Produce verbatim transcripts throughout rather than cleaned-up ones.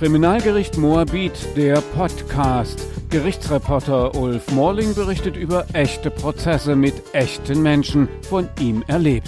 Kriminalgericht Moabit, der Podcast. Gerichtsreporter Ulf Morling berichtet über echte Prozesse mit echten Menschen, von ihm erlebt.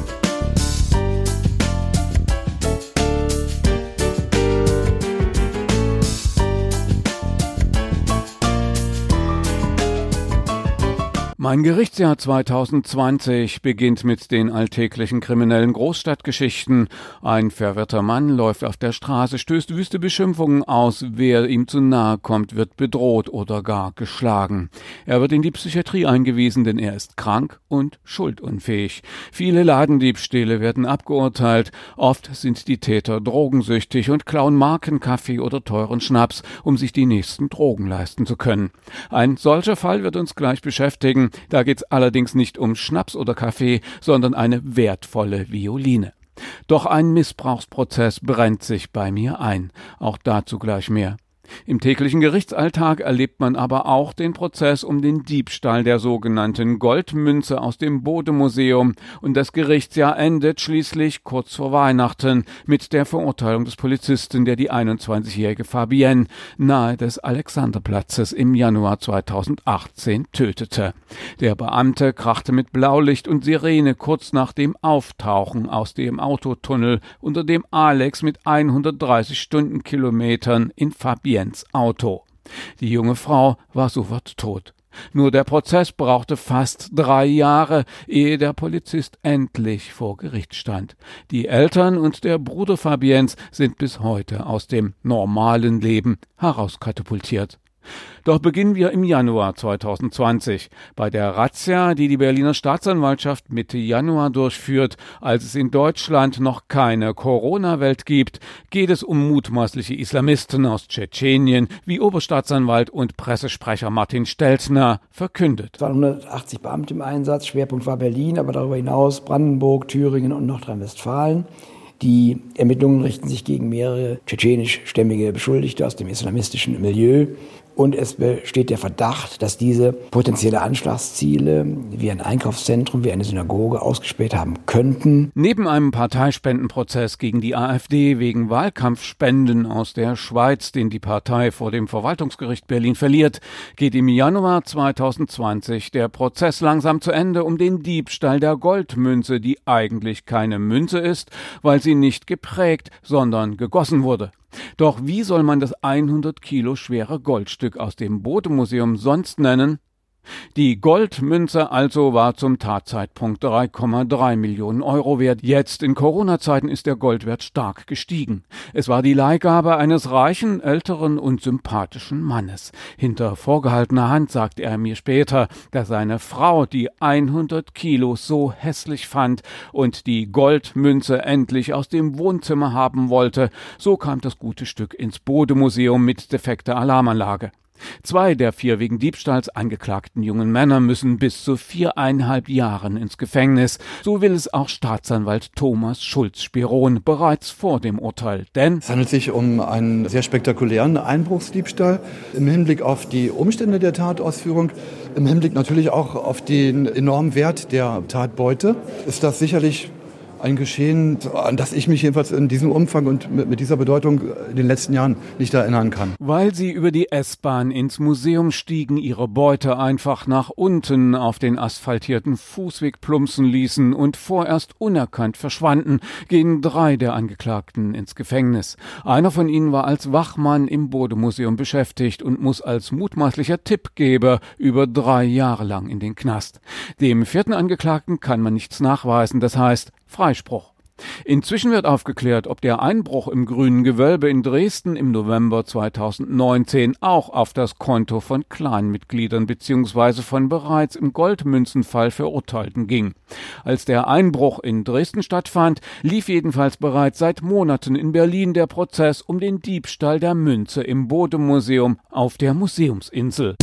Mein Gerichtsjahr zweitausendzwanzig beginnt mit den alltäglichen kriminellen Großstadtgeschichten. Ein verwirrter Mann läuft auf der Straße, stößt wüste Beschimpfungen aus. Wer ihm zu nahe kommt, wird bedroht oder gar geschlagen. Er wird in die Psychiatrie eingewiesen, denn er ist krank und schuldunfähig. Viele Ladendiebstähle werden abgeurteilt. Oft sind die Täter drogensüchtig und klauen Markenkaffee oder teuren Schnaps, um sich die nächsten Drogen leisten zu können. Ein solcher Fall wird uns gleich beschäftigen. Da geht's allerdings nicht um Schnaps oder Kaffee, sondern eine wertvolle Violine. Doch ein Missbrauchsprozess brennt sich bei mir ein. Auch dazu gleich mehr. Im täglichen Gerichtsalltag erlebt man aber auch den Prozess um den Diebstahl der sogenannten Goldmünze aus dem Bode-Museum, und das Gerichtsjahr endet schließlich kurz vor Weihnachten mit der Verurteilung des Polizisten, der die einundzwanzigjährige Fabienne nahe des Alexanderplatzes im Januar zweitausendachtzehn tötete. Der Beamte krachte mit Blaulicht und Sirene kurz nach dem Auftauchen aus dem Autotunnel, unter dem Alex mit hundertdreißig Stundenkilometern in Fabienne Auto. Die junge Frau war sofort tot. Nur der Prozess brauchte fast drei Jahre, ehe der Polizist endlich vor Gericht stand. Die Eltern und der Bruder Fabiennes sind bis heute aus dem normalen Leben herauskatapultiert. Doch beginnen wir im Januar zweitausendzwanzig. Bei der Razzia, die die Berliner Staatsanwaltschaft Mitte Januar durchführt, als es in Deutschland noch keine Corona-Welt gibt, geht es um mutmaßliche Islamisten aus Tschetschenien, wie Oberstaatsanwalt und Pressesprecher Martin Stelzner verkündet. Es waren hundertachtzig Beamte im Einsatz, Schwerpunkt war Berlin, aber darüber hinaus Brandenburg, Thüringen und Nordrhein-Westfalen. Die Ermittlungen richten sich gegen mehrere tschetschenischstämmige Beschuldigte aus dem islamistischen Milieu. Und es besteht der Verdacht, dass diese potenzielle Anschlagsziele wie ein Einkaufszentrum, wie eine Synagoge ausgespäht haben könnten. Neben einem Parteispendenprozess gegen die AfD wegen Wahlkampfspenden aus der Schweiz, den die Partei vor dem Verwaltungsgericht Berlin verliert, geht im Januar zweitausendzwanzig der Prozess langsam zu Ende um den Diebstahl der Goldmünze, die eigentlich keine Münze ist, weil sie nicht geprägt, sondern gegossen wurde. Doch wie soll man das hundert Kilo schwere Goldstück aus dem Bode-Museum sonst nennen? Die Goldmünze also war zum Tatzeitpunkt drei Komma drei Millionen Euro wert. Jetzt in Corona-Zeiten ist der Goldwert stark gestiegen. Es war die Leihgabe eines reichen, älteren und sympathischen Mannes. Hinter vorgehaltener Hand sagt er mir später, dass seine Frau die hundert Kilo so hässlich fand und die Goldmünze endlich aus dem Wohnzimmer haben wollte. So kam das gute Stück ins Bode-Museum mit defekter Alarmanlage. Zwei der vier wegen Diebstahls angeklagten jungen Männer müssen bis zu viereinhalb Jahren ins Gefängnis. So will es auch Staatsanwalt Thomas Schulz-Spiron bereits vor dem Urteil. Denn es handelt sich um einen sehr spektakulären Einbruchsdiebstahl im Hinblick auf die Umstände der Tatausführung, im Hinblick natürlich auch auf den enormen Wert der Tatbeute. Ist das sicherlich ein Geschehen, an das ich mich jedenfalls in diesem Umfang und mit dieser Bedeutung in den letzten Jahren nicht erinnern kann. Weil sie über die S-Bahn ins Museum stiegen, ihre Beute einfach nach unten auf den asphaltierten Fußweg plumpsen ließen und vorerst unerkannt verschwanden, gehen drei der Angeklagten ins Gefängnis. Einer von ihnen war als Wachmann im Bode-Museum beschäftigt und muss als mutmaßlicher Tippgeber über drei Jahre lang in den Knast. Dem vierten Angeklagten kann man nichts nachweisen, das heißt Freispruch. Inzwischen wird aufgeklärt, ob der Einbruch im Grünen Gewölbe in Dresden im November zweitausendneunzehn auch auf das Konto von Clanmitgliedern bzw. von bereits im Goldmünzenfall Verurteilten ging. Als der Einbruch in Dresden stattfand, lief jedenfalls bereits seit Monaten in Berlin der Prozess um den Diebstahl der Münze im Bode-Museum auf der Museumsinsel.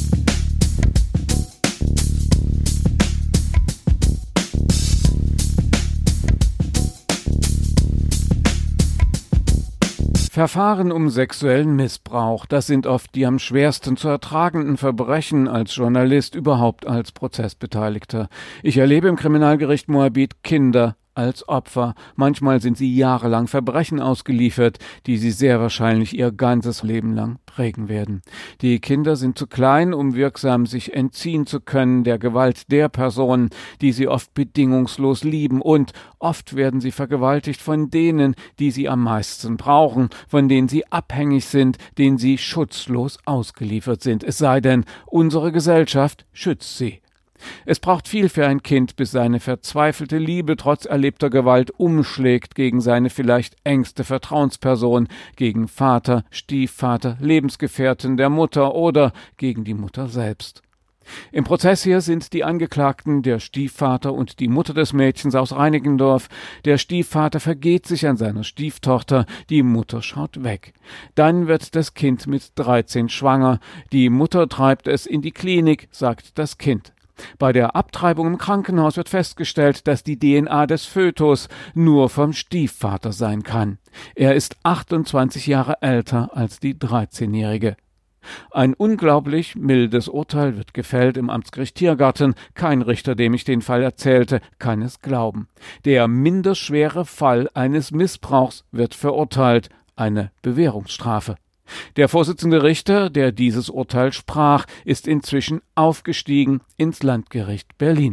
Verfahren um sexuellen Missbrauch, das sind oft die am schwersten zu ertragenden Verbrechen als Journalist, überhaupt als Prozessbeteiligter. Ich erlebe im Kriminalgericht Moabit Kinder als Opfer. Manchmal sind sie jahrelang Verbrechen ausgeliefert, die sie sehr wahrscheinlich ihr ganzes Leben lang prägen werden. Die Kinder sind zu klein, um wirksam sich entziehen zu können der Gewalt der Personen, die sie oft bedingungslos lieben, und oft werden sie vergewaltigt von denen, die sie am meisten brauchen, von denen sie abhängig sind, denen sie schutzlos ausgeliefert sind, es sei denn, unsere Gesellschaft schützt sie. Es braucht viel für ein Kind, bis seine verzweifelte Liebe trotz erlebter Gewalt umschlägt gegen seine vielleicht engste Vertrauensperson, gegen Vater, Stiefvater, Lebensgefährten der Mutter oder gegen die Mutter selbst. Im Prozess hier sind die Angeklagten der Stiefvater und die Mutter des Mädchens aus Reinickendorf. Der Stiefvater vergeht sich an seiner Stieftochter, die Mutter schaut weg. Dann wird das Kind mit dreizehn schwanger. Die Mutter treibt es in die Klinik, sagt das Kind. Bei der Abtreibung im Krankenhaus wird festgestellt, dass die D N A des Fötus nur vom Stiefvater sein kann. Er ist achtundzwanzig Jahre älter als die dreizehnjährige. Ein unglaublich mildes Urteil wird gefällt im Amtsgericht Tiergarten. Kein Richter, dem ich den Fall erzählte, kann es glauben. Der minderschwere Fall eines Missbrauchs wird verurteilt, eine Bewährungsstrafe. Der Vorsitzende Richter, der dieses Urteil sprach, ist inzwischen aufgestiegen ins Landgericht Berlin.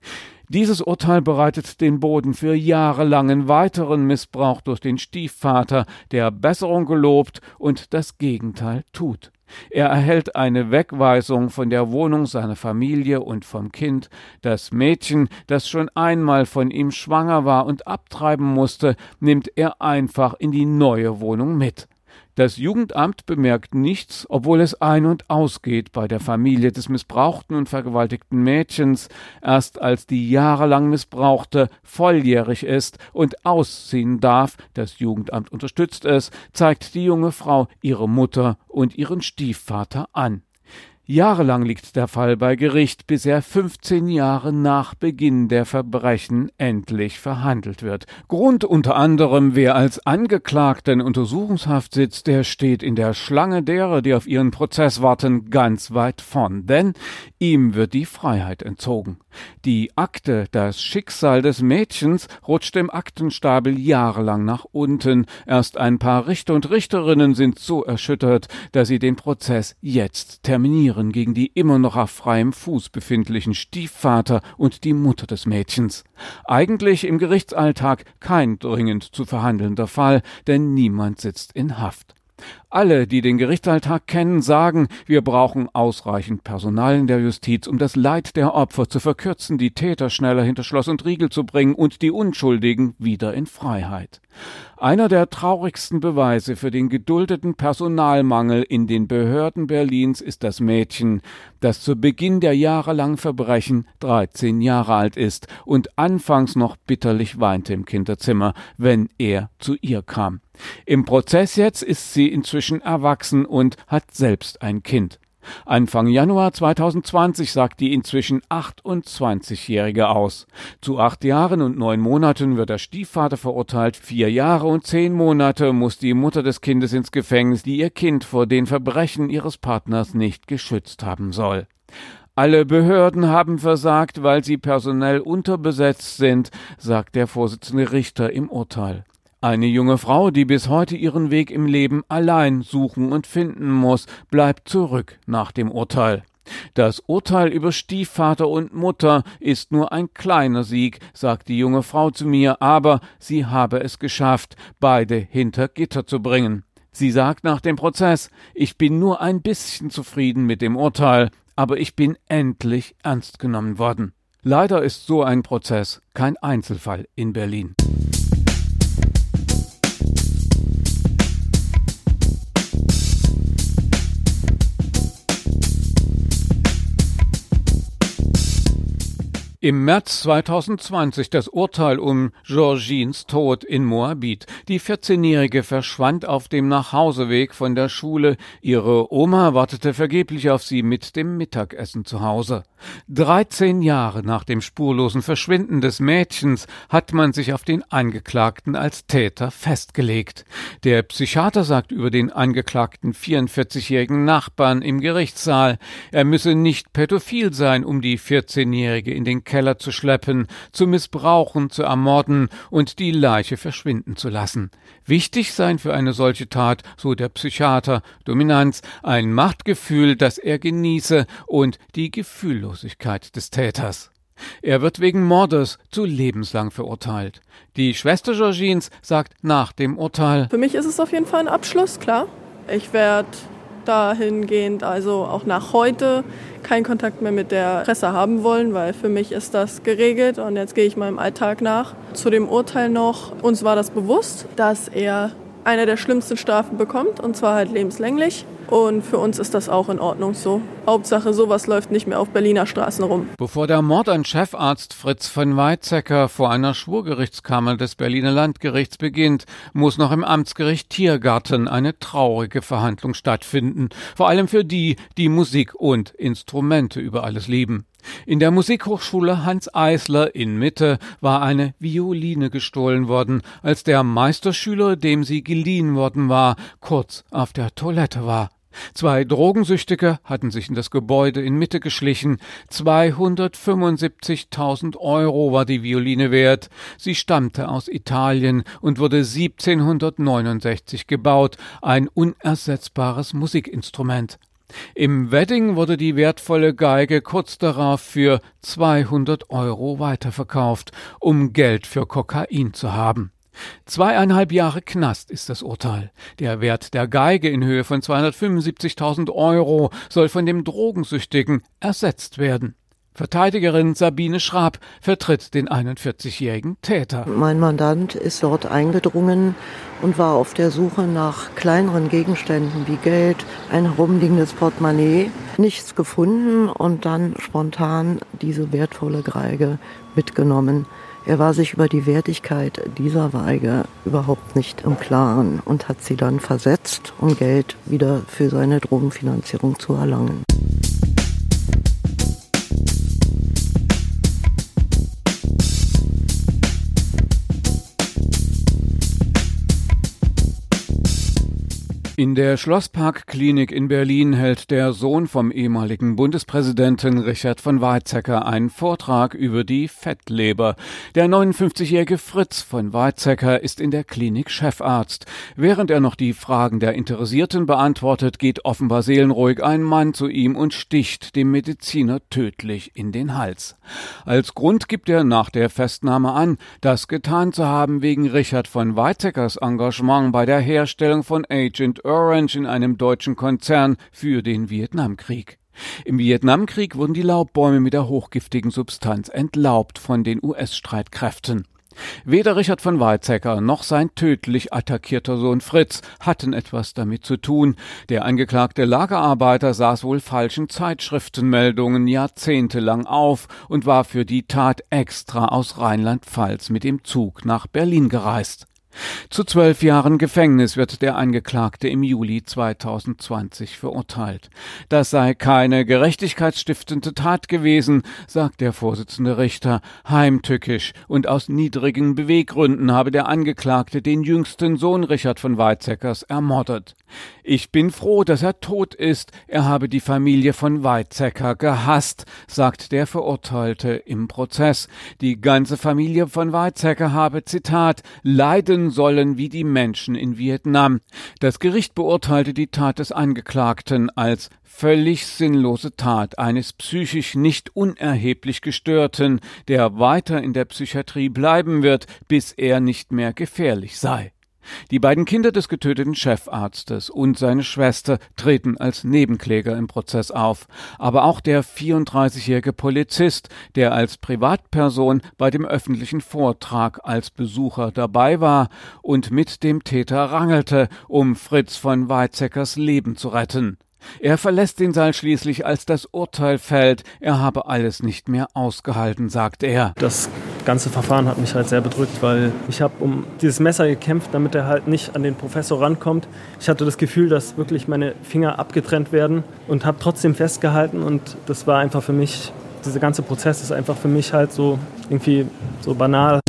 Dieses Urteil bereitet den Boden für jahrelangen weiteren Missbrauch durch den Stiefvater, der Besserung gelobt und das Gegenteil tut. Er erhält eine Wegweisung von der Wohnung seiner Familie und vom Kind. Das Mädchen, das schon einmal von ihm schwanger war und abtreiben musste, nimmt er einfach in die neue Wohnung mit. Das Jugendamt bemerkt nichts, obwohl es ein- und ausgeht bei der Familie des missbrauchten und vergewaltigten Mädchens. Erst als die jahrelang Missbrauchte volljährig ist und ausziehen darf, das Jugendamt unterstützt es, zeigt die junge Frau ihre Mutter und ihren Stiefvater an. Jahrelang liegt der Fall bei Gericht, bis er fünfzehn Jahre nach Beginn der Verbrechen endlich verhandelt wird. Grund unter anderem, wer als Angeklagter in Untersuchungshaft sitzt, der steht in der Schlange derer, die auf ihren Prozess warten, ganz weit vorn, denn ihm wird die Freiheit entzogen. Die Akte, das Schicksal des Mädchens, rutscht im Aktenstapel jahrelang nach unten. Erst ein paar Richter und Richterinnen sind so erschüttert, dass sie den Prozess jetzt terminieren gegen die immer noch auf freiem Fuß befindlichen Stiefvater und die Mutter des Mädchens. Eigentlich im Gerichtsalltag kein dringend zu verhandelnder Fall, denn niemand sitzt in Haft. Alle, die den Gerichtsalltag kennen, sagen, wir brauchen ausreichend Personal in der Justiz, um das Leid der Opfer zu verkürzen, die Täter schneller hinter Schloss und Riegel zu bringen und die Unschuldigen wieder in Freiheit. Einer der traurigsten Beweise für den geduldeten Personalmangel in den Behörden Berlins ist das Mädchen, das zu Beginn der jahrelangen Verbrechen dreizehn Jahre alt ist und anfangs noch bitterlich weinte im Kinderzimmer, wenn er zu ihr kam. Im Prozess jetzt ist sie inzwischen erwachsen und hat selbst ein Kind. Anfang Januar zweitausendzwanzig sagt die inzwischen achtundzwanzigjährige aus. Zu acht Jahren und neun Monaten wird der Stiefvater verurteilt. Vier Jahre und zehn Monate muss die Mutter des Kindes ins Gefängnis, die ihr Kind vor den Verbrechen ihres Partners nicht geschützt haben soll. Alle Behörden haben versagt, weil sie personell unterbesetzt sind, sagt der Vorsitzende Richter im Urteil. Eine junge Frau, die bis heute ihren Weg im Leben allein suchen und finden muss, bleibt zurück nach dem Urteil. Das Urteil über Stiefvater und Mutter ist nur ein kleiner Sieg, sagt die junge Frau zu mir, aber sie habe es geschafft, beide hinter Gitter zu bringen. Sie sagt nach dem Prozess, ich bin nur ein bisschen zufrieden mit dem Urteil, aber ich bin endlich ernst genommen worden. Leider ist so ein Prozess kein Einzelfall in Berlin. Im März zweitausendzwanzig das Urteil um Georgines Tod in Moabit. Die vierzehnjährige verschwand auf dem Nachhauseweg von der Schule. Ihre Oma wartete vergeblich auf sie mit dem Mittagessen zu Hause. dreizehn Jahre nach dem spurlosen Verschwinden des Mädchens hat man sich auf den Angeklagten als Täter festgelegt. Der Psychiater sagt über den angeklagten vierundvierzigjährigen Nachbarn im Gerichtssaal, er müsse nicht pädophil sein, um die vierzehnjährige in den Keller Keller zu schleppen, zu missbrauchen, zu ermorden und die Leiche verschwinden zu lassen. Wichtig seien für eine solche Tat, so der Psychiater, Dominanz, ein Machtgefühl, das er genieße, und die Gefühllosigkeit des Täters. Er wird wegen Mordes zu lebenslang verurteilt. Die Schwester Georgines sagt nach dem Urteil: Für mich ist es auf jeden Fall ein Abschluss, klar. Ich werde dahingehend, also auch nach heute, keinen Kontakt mehr mit der Presse haben wollen, weil für mich ist das geregelt und jetzt gehe ich meinem Alltag nach. Zu dem Urteil noch: Uns war das bewusst, dass er eine der schlimmsten Strafen bekommt, und zwar halt lebenslänglich. Und für uns ist das auch in Ordnung so. Hauptsache, sowas läuft nicht mehr auf Berliner Straßen rum. Bevor der Mord an Chefarzt Fritz von Weizsäcker vor einer Schwurgerichtskammer des Berliner Landgerichts beginnt, muss noch im Amtsgericht Tiergarten eine traurige Verhandlung stattfinden. Vor allem für die, die Musik und Instrumente über alles lieben. In der Musikhochschule Hanns Eisler in Mitte war eine Violine gestohlen worden, als der Meisterschüler, dem sie geliehen worden war, kurz auf der Toilette war. Zwei Drogensüchtige hatten sich in das Gebäude in Mitte geschlichen. zweihundertfünfundsiebzigtausend Euro war die Violine wert. Sie stammte aus Italien und wurde siebzehnhundertneunundsechzig gebaut, ein unersetzbares Musikinstrument. Im Wedding wurde die wertvolle Geige kurz darauf für zweihundert Euro weiterverkauft, um Geld für Kokain zu haben. Zweieinhalb Jahre Knast ist das Urteil. Der Wert der Geige in Höhe von zweihundertfünfundsiebzigtausend Euro soll von dem Drogensüchtigen ersetzt werden. Verteidigerin Sabine Schraab vertritt den einundvierzigjährigen Täter. Mein Mandant ist dort eingedrungen und war auf der Suche nach kleineren Gegenständen wie Geld, ein herumliegendes Portemonnaie. Nichts gefunden und dann spontan diese wertvolle Geige mitgenommen. Er war sich über die Wertigkeit dieser Geige überhaupt nicht im Klaren und hat sie dann versetzt, um Geld wieder für seine Drogenfinanzierung zu erlangen. In der Schlosspark-Klinik in Berlin hält der Sohn vom ehemaligen Bundespräsidenten Richard von Weizsäcker einen Vortrag über die Fettleber. Der neunundfünfzigjährige Fritz von Weizsäcker ist in der Klinik Chefarzt. Während er noch die Fragen der Interessierten beantwortet, geht offenbar seelenruhig ein Mann zu ihm und sticht dem Mediziner tödlich in den Hals. Als Grund gibt er nach der Festnahme an, das getan zu haben wegen Richard von Weizsäckers Engagement bei der Herstellung von Agent Orange in einem deutschen Konzern für den Vietnamkrieg. Im Vietnamkrieg wurden die Laubbäume mit der hochgiftigen Substanz entlaubt von den U S-Streitkräften. Weder Richard von Weizsäcker noch sein tödlich attackierter Sohn Fritz hatten etwas damit zu tun. Der angeklagte Lagerarbeiter saß wohl falschen Zeitschriftenmeldungen jahrzehntelang auf und war für die Tat extra aus Rheinland-Pfalz mit dem Zug nach Berlin gereist. Zu zwölf Jahren Gefängnis wird der Angeklagte im Juli zweitausendzwanzig verurteilt. Das sei keine gerechtigkeitsstiftende Tat gewesen, sagt der Vorsitzende Richter. Heimtückisch und aus niedrigen Beweggründen habe der Angeklagte den jüngsten Sohn Richard von Weizsäckers ermordet. Ich bin froh, dass er tot ist. Er habe die Familie von Weizsäcker gehasst, sagt der Verurteilte im Prozess. Die ganze Familie von Weizsäcker habe, Zitat, leiden sollen wie die Menschen in Vietnam. Das Gericht beurteilte die Tat des Angeklagten als völlig sinnlose Tat eines psychisch nicht unerheblich Gestörten, der weiter in der Psychiatrie bleiben wird, bis er nicht mehr gefährlich sei. Die beiden Kinder des getöteten Chefarztes und seine Schwester treten als Nebenkläger im Prozess auf. Aber auch der vierunddreißigjährige Polizist, der als Privatperson bei dem öffentlichen Vortrag als Besucher dabei war und mit dem Täter rangelte, um Fritz von Weizsäckers Leben zu retten. Er verlässt den Saal schließlich, als das Urteil fällt. Er habe alles nicht mehr ausgehalten, sagt er. Das ganze Verfahren hat mich halt sehr bedrückt, weil ich habe um dieses Messer gekämpft, damit er halt nicht an den Professor rankommt. Ich hatte das Gefühl, dass wirklich meine Finger abgetrennt werden und habe trotzdem festgehalten. Und das war einfach für mich, dieser ganze Prozess ist einfach für mich halt so irgendwie so banal.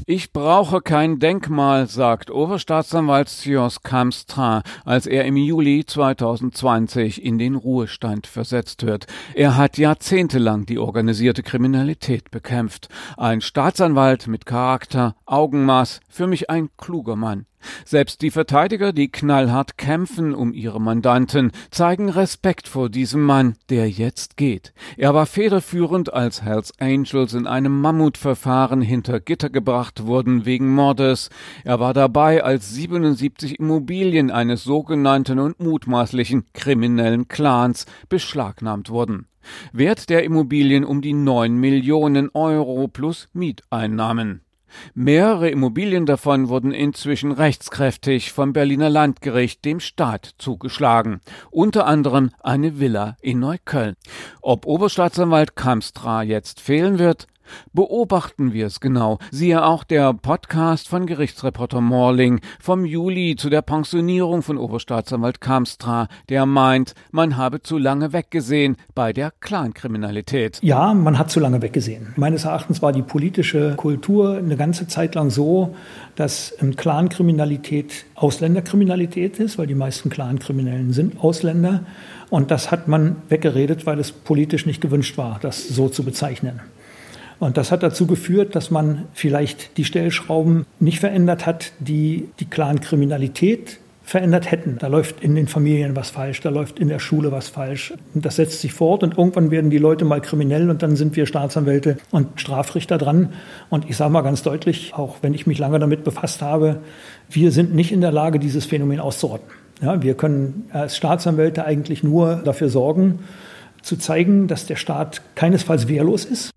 Ich brauche kein Denkmal, sagt Oberstaatsanwalt Czios Kamstra, als er im Juli zweitausendzwanzig in den Ruhestand versetzt wird. Er hat jahrzehntelang die organisierte Kriminalität bekämpft. Ein Staatsanwalt mit Charakter, Augenmaß, für mich ein kluger Mann. Selbst die Verteidiger, die knallhart kämpfen um ihre Mandanten, zeigen Respekt vor diesem Mann, der jetzt geht. Er war federführend, als Hells Angels in einem Mammutverfahren hinter Gitter gebracht wurden wegen Mordes. Er war dabei, als siebenundsiebzig Immobilien eines sogenannten und mutmaßlichen kriminellen Clans beschlagnahmt wurden. Wert der Immobilien um die neun Millionen Euro plus Mieteinnahmen. Mehrere Immobilien davon wurden inzwischen rechtskräftig vom Berliner Landgericht dem Staat zugeschlagen, unter anderem eine Villa in Neukölln. Ob Oberstaatsanwalt Kamstra jetzt fehlen wird? Beobachten wir es genau. Siehe auch der Podcast von Gerichtsreporter Morling vom Juli zu der Pensionierung von Oberstaatsanwalt Kamstra, der meint, man habe zu lange weggesehen bei der Clankriminalität. Ja, man hat zu lange weggesehen. Meines Erachtens war die politische Kultur eine ganze Zeit lang so, dass Clankriminalität Ausländerkriminalität ist, weil die meisten Clankriminellen sind Ausländer. Und das hat man weggeredet, weil es politisch nicht gewünscht war, das so zu bezeichnen. Und das hat dazu geführt, dass man vielleicht die Stellschrauben nicht verändert hat, die die Clankriminalität verändert hätten. Da läuft in den Familien was falsch, da läuft in der Schule was falsch. Und das setzt sich fort und irgendwann werden die Leute mal kriminell und dann sind wir Staatsanwälte und Strafrichter dran. Und ich sage mal ganz deutlich, auch wenn ich mich lange damit befasst habe, wir sind nicht in der Lage, dieses Phänomen auszurotten. Ja, wir können als Staatsanwälte eigentlich nur dafür sorgen, zu zeigen, dass der Staat keinesfalls wehrlos ist.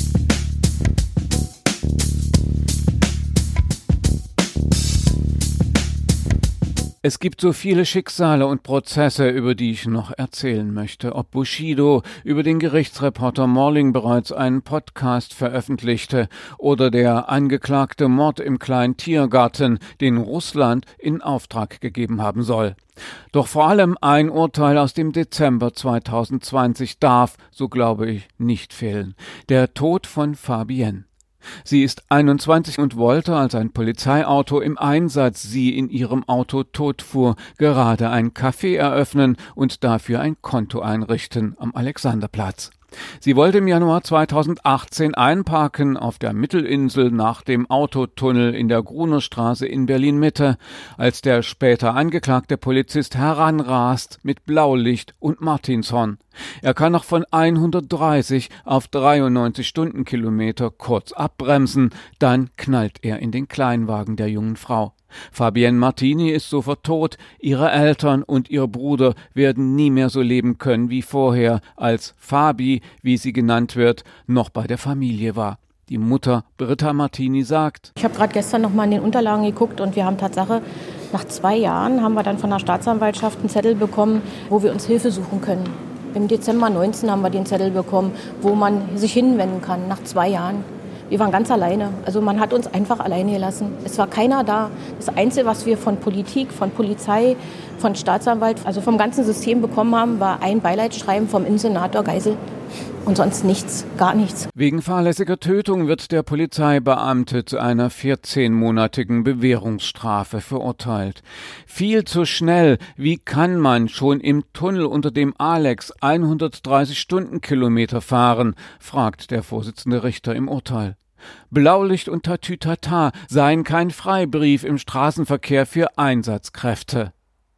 Es gibt so viele Schicksale und Prozesse, über die ich noch erzählen möchte. Ob Bushido über den Gerichtsreporter Morling bereits einen Podcast veröffentlichte oder der angeklagte Mord im kleinen Tiergarten, den Russland in Auftrag gegeben haben soll. Doch vor allem ein Urteil aus dem Dezember zweitausendzwanzig darf, so glaube ich, nicht fehlen. Der Tod von Fabienne. Sie ist einundzwanzig und wollte, als ein Polizeiauto im Einsatz sie in ihrem Auto totfuhr, gerade ein Café eröffnen und dafür ein Konto einrichten am Alexanderplatz. Sie wollte im Januar zweitausendachtzehn einparken auf der Mittelinsel nach dem Autotunnel in der Grunerstraße in Berlin-Mitte, als der später angeklagte Polizist heranrast mit Blaulicht und Martinshorn. Er kann noch von hundertdreißig auf dreiundneunzig Stundenkilometer kurz abbremsen, dann knallt er in den Kleinwagen der jungen Frau. Fabienne Martini ist sofort tot, ihre Eltern und ihr Bruder werden nie mehr so leben können wie vorher, als Fabi, wie sie genannt wird, noch bei der Familie war. Die Mutter Britta Martini sagt: Ich habe gerade gestern noch mal in den Unterlagen geguckt und wir haben Tatsache, nach zwei Jahren haben wir dann von der Staatsanwaltschaft einen Zettel bekommen, wo wir uns Hilfe suchen können. Im Dezember neunzehn haben wir den Zettel bekommen, wo man sich hinwenden kann, nach zwei Jahren. Wir waren ganz alleine. Also man hat uns einfach alleine gelassen. Es war keiner da. Das Einzige, was wir von Politik, von Polizei, von Staatsanwalt, also vom ganzen System bekommen haben, war ein Beileidsschreiben vom Innensenator Geisel. Und sonst nichts, gar nichts. Wegen fahrlässiger Tötung wird der Polizeibeamte zu einer vierzehnmonatigen Bewährungsstrafe verurteilt. Viel zu schnell. Wie kann man schon im Tunnel unter dem Alex hundertdreißig Stundenkilometer fahren, fragt der Vorsitzende Richter im Urteil. Blaulicht und Tatütata seien kein Freibrief im Straßenverkehr für Einsatzkräfte.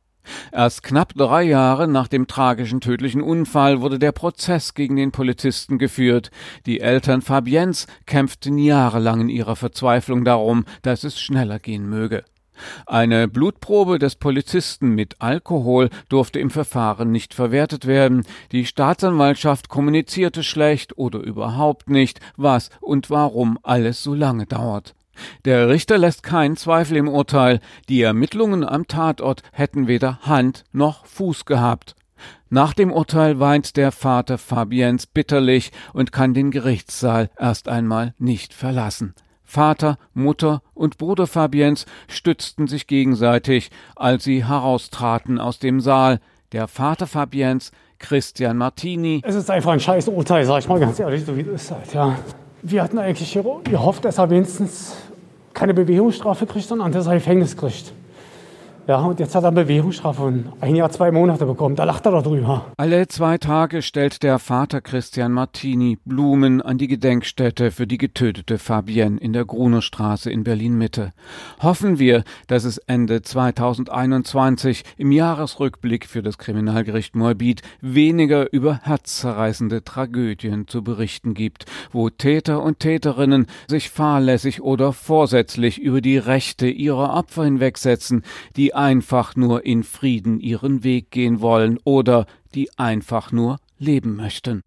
Erst knapp drei Jahre nach dem tragischen tödlichen Unfall wurde der Prozess gegen den Polizisten geführt. Die Eltern Fabiennes kämpften jahrelang in ihrer Verzweiflung darum, dass es schneller gehen möge. Eine Blutprobe des Polizisten mit Alkohol durfte im Verfahren nicht verwertet werden. Die Staatsanwaltschaft kommunizierte schlecht oder überhaupt nicht, was und warum alles so lange dauert. Der Richter lässt keinen Zweifel im Urteil. Die Ermittlungen am Tatort hätten weder Hand noch Fuß gehabt. Nach dem Urteil weint der Vater Fabiennes bitterlich und kann den Gerichtssaal erst einmal nicht verlassen. Vater, Mutter und Bruder Fabiennes stützten sich gegenseitig, als sie heraustraten aus dem Saal. Der Vater Fabiennes, Christian Martini: Es ist einfach ein scheiß Urteil, sag ich mal ganz ehrlich, so wie es ist halt, ja. Wir hatten eigentlich gehofft, dass er wenigstens keine Bewährungsstrafe gekriegt, sondern das hat er Gefängnis gekriegt. Ja, und jetzt hat er eine Bewährungsstrafe von ein Jahr, zwei Monate bekommen. Da lacht er darüber. Alle zwei Tage stellt der Vater Christian Martini Blumen an die Gedenkstätte für die getötete Fabienne in der Grunerstraße in Berlin-Mitte. Hoffen wir, dass es Ende zweitausendeinundzwanzig im Jahresrückblick für das Kriminalgericht Moabit weniger über herzzerreißende Tragödien zu berichten gibt, wo Täter und Täterinnen sich fahrlässig oder vorsätzlich über die Rechte ihrer Opfer hinwegsetzen, die einfach nur in Frieden ihren Weg gehen wollen oder die einfach nur leben möchten.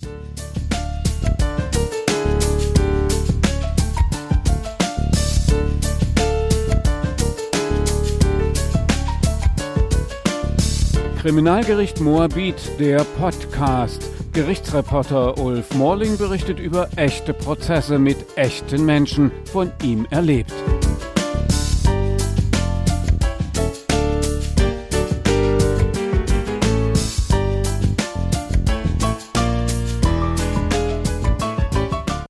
Kriminalgericht Moabit, der Podcast. Gerichtsreporter Ulf Morling berichtet über echte Prozesse mit echten Menschen, von ihm erlebt.